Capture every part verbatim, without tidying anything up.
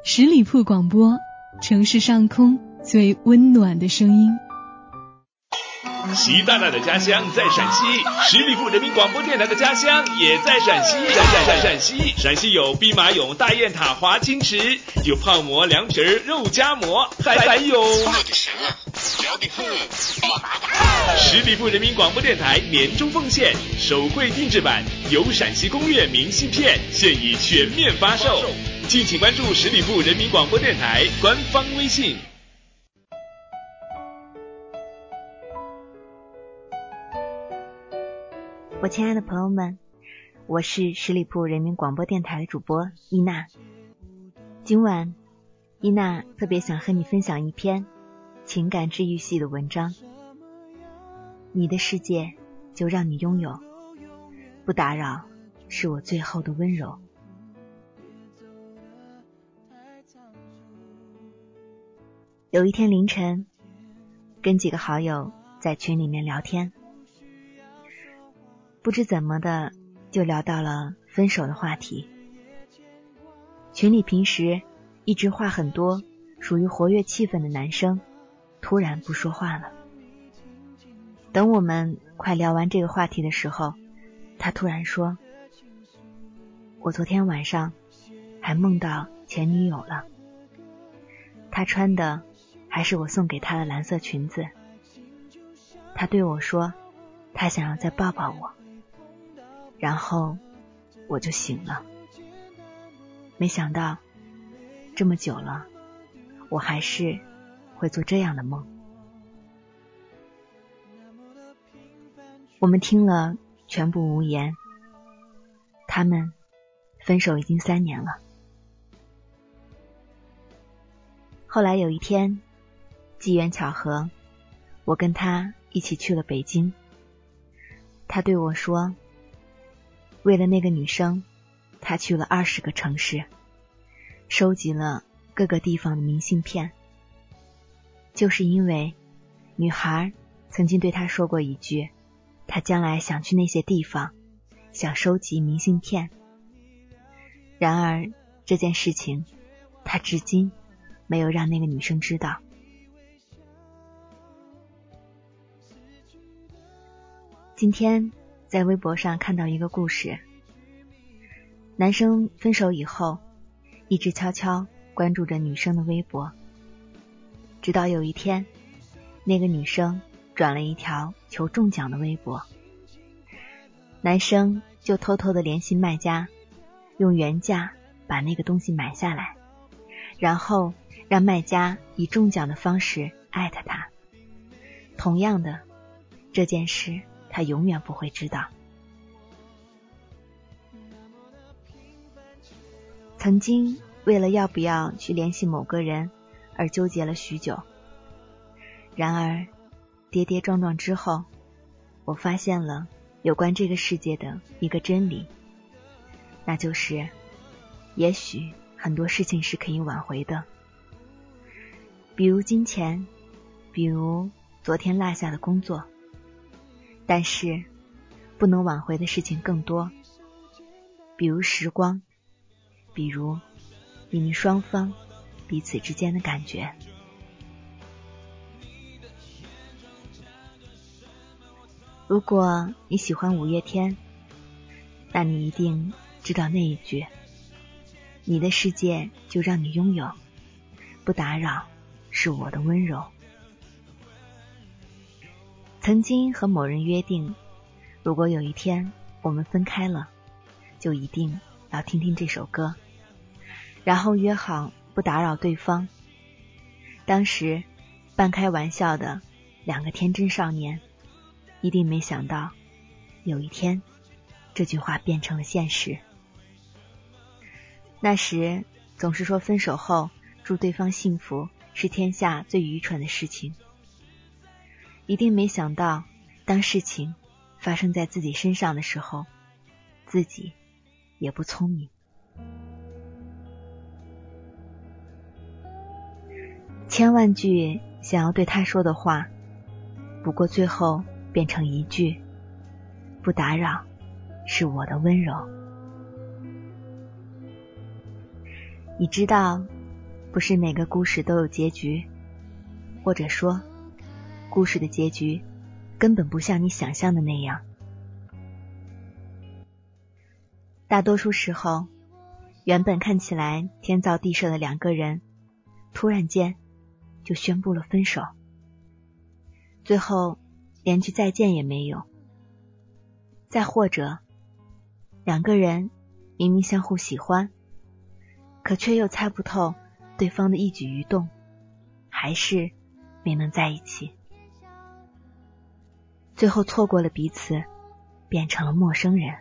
十里铺广播，城市上空最温暖的声音。 习大大的家乡在陕西，十里铺人民广播电台的家乡也在陕西。在在在陕西，陕西有兵马俑、大雁塔、华清池，有泡馍、凉皮、肉夹馍，还还有十里铺人民广播电台年终奉献手绘定制版有陕西攻略明信片，现已全面发售，敬请关注十里铺人民广播电台官方微信。 我亲爱的朋友们，我是十里铺人民广播电台的主播伊娜。今晚伊娜特别想和你分享一篇情感治愈系的文章。你的世界就让你拥有，不打扰是我最后的温柔。有一天凌晨，跟几个好友在群里面聊天，不知怎么的就聊到了分手的话题。群里平时一直话很多，属于活跃气氛的男生突然不说话了。等我们快聊完这个话题的时候，他突然说，我昨天晚上还梦到前女友了，她穿的还是我送给她的蓝色裙子。她对我说，她想要再抱抱我，然后我就醒了。没想到这么久了，我还是会做这样的梦。我们听了全部无言。他们分手已经三年了。后来有一天，机缘巧合，我跟他一起去了北京。他对我说，为了那个女生，他去了二十个城市，收集了各个地方的明信片。就是因为女孩曾经对他说过一句，他将来想去那些地方，想收集明信片。然而这件事情他至今没有让那个女生知道。今天在微博上看到一个故事，男生分手以后一直悄悄关注着女生的微博，直到有一天，那个女生转了一条求中奖的微博，男生就偷偷的联系卖家，用原价把那个东西买下来，然后让卖家以中奖的方式艾特他。同样的，这件事他永远不会知道。曾经为了要不要去联系某个人而纠结了许久，然而跌跌撞撞之后，我发现了有关这个世界的一个真理，那就是也许很多事情是可以挽回的，比如金钱，比如昨天落下的工作，但是不能挽回的事情更多，比如时光，比如你们双方彼此之间的感觉。如果你喜欢五月天，那你一定知道那一句，你的世界就让你拥有，不打扰是我的温柔。曾经和某人约定，如果有一天我们分开了，就一定要听听这首歌，然后约好不打扰对方。当时半开玩笑的两个天真少年，一定没想到有一天这句话变成了现实。那时总是说分手后祝对方幸福是天下最愚蠢的事情，一定没想到当事情发生在自己身上的时候，自己也不聪明。千万句想要对他说的话，不过最后变成一句，不打扰是我的温柔。你知道不是每个故事都有结局，或者说，故事的结局根本不像你想象的那样。大多数时候，原本看起来天造地设的两个人，突然间就宣布了分手，最后连句再见也没有。再或者，两个人明明相互喜欢，可却又猜不透对方的一举一动，还是没能在一起。最后错过了彼此，变成了陌生人。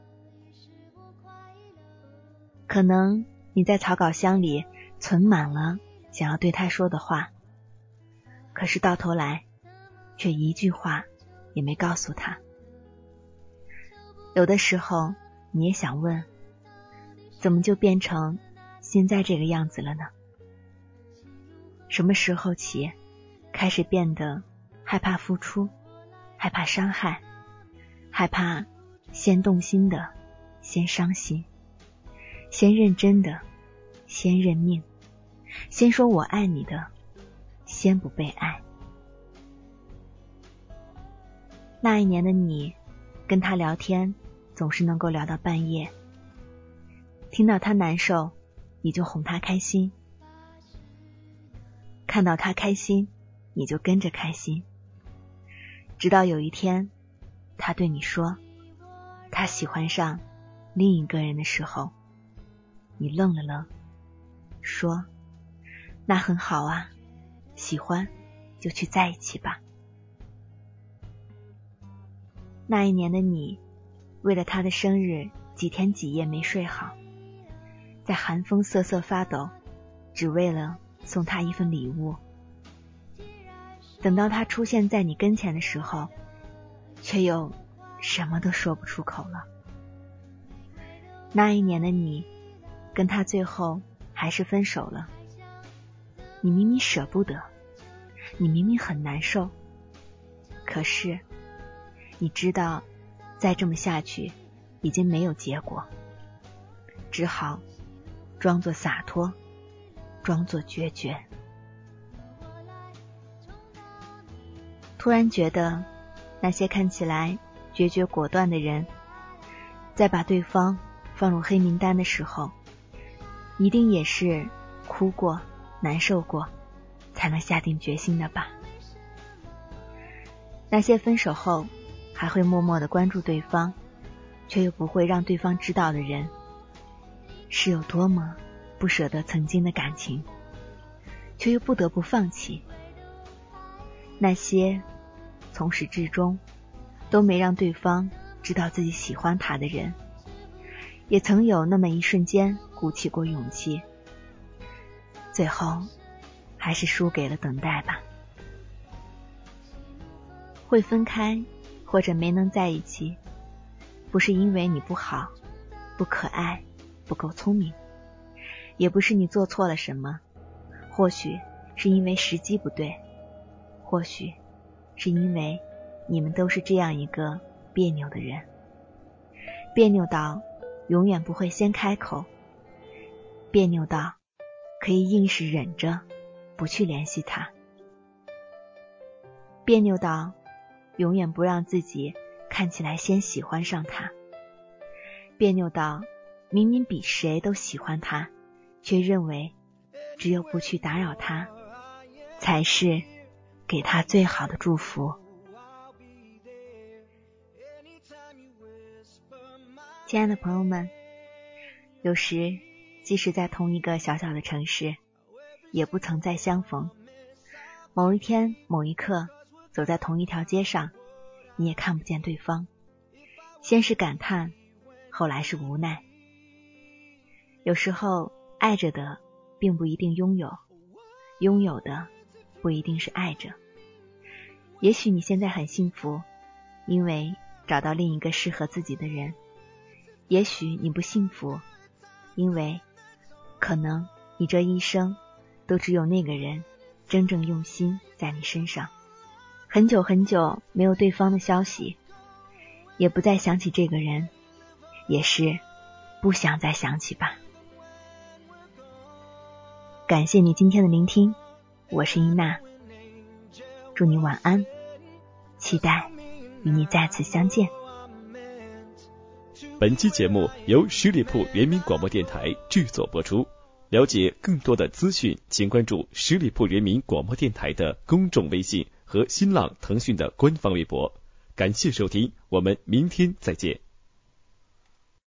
可能你在草稿箱里存满了想要对他说的话，可是到头来却一句话也没告诉他。有的时候你也想问，怎么就变成现在这个样子了呢？什么时候起开始变得害怕付出，害怕伤害，害怕先动心的先伤心，先认真的先认命，先说我爱你的先不被爱。那一年的你跟他聊天总是能够聊到半夜，听到他难受你就哄他开心，看到他开心你就跟着开心，直到有一天他对你说他喜欢上另一个人的时候，你愣了愣，说那很好啊，喜欢就去在一起吧。那一年的你为了他的生日几天几夜没睡好，在寒风瑟瑟发抖，只为了送他一份礼物。等到他出现在你跟前的时候，却又什么都说不出口了。那一年的你跟他最后还是分手了，你明明舍不得，你明明很难受，可是你知道再这么下去已经没有结果，只好装作洒脱，装作决绝。突然觉得那些看起来决绝果断的人，在把对方放入黑名单的时候，一定也是哭过难受过才能下定决心的吧。那些分手后还会默默地关注对方，却又不会让对方知道的人，是有多么不舍得曾经的感情，却又不得不放弃。那些从始至终都没让对方知道自己喜欢他的人，也曾有那么一瞬间鼓起过勇气，最后还是输给了等待吧。会分开或者没能在一起，不是因为你不好，不可爱，不够聪明，也不是你做错了什么，或许是因为时机不对，或许是因为你们都是这样一个别扭的人，别扭到永远不会先开口，别扭到可以硬是忍着不去联系他，别扭到永远不让自己看起来先喜欢上他，别扭到明明比谁都喜欢他，却认为只有不去打扰他才是给他最好的祝福。亲爱的朋友们，有时即使在同一个小小的城市，也不曾再相逢。某一天某一刻，走在同一条街上，你也看不见对方，先是感叹，后来是无奈。有时候爱着的并不一定拥有，拥有的不一定是爱着。也许你现在很幸福，因为找到另一个适合自己的人，也许你不幸福，因为可能你这一生都只有那个人真正用心在你身上。很久很久没有对方的消息，也不再想起这个人，也是不想再想起吧。 感谢你今天的聆听，我是伊娜，祝你晚安，期待与你再次相见。 本期节目由十里铺人民广播电台制作播出。了解更多的资讯，请关注十里铺人民广播电台的公众微信和新浪、腾讯的官方微博。感谢收听，我们明天再见。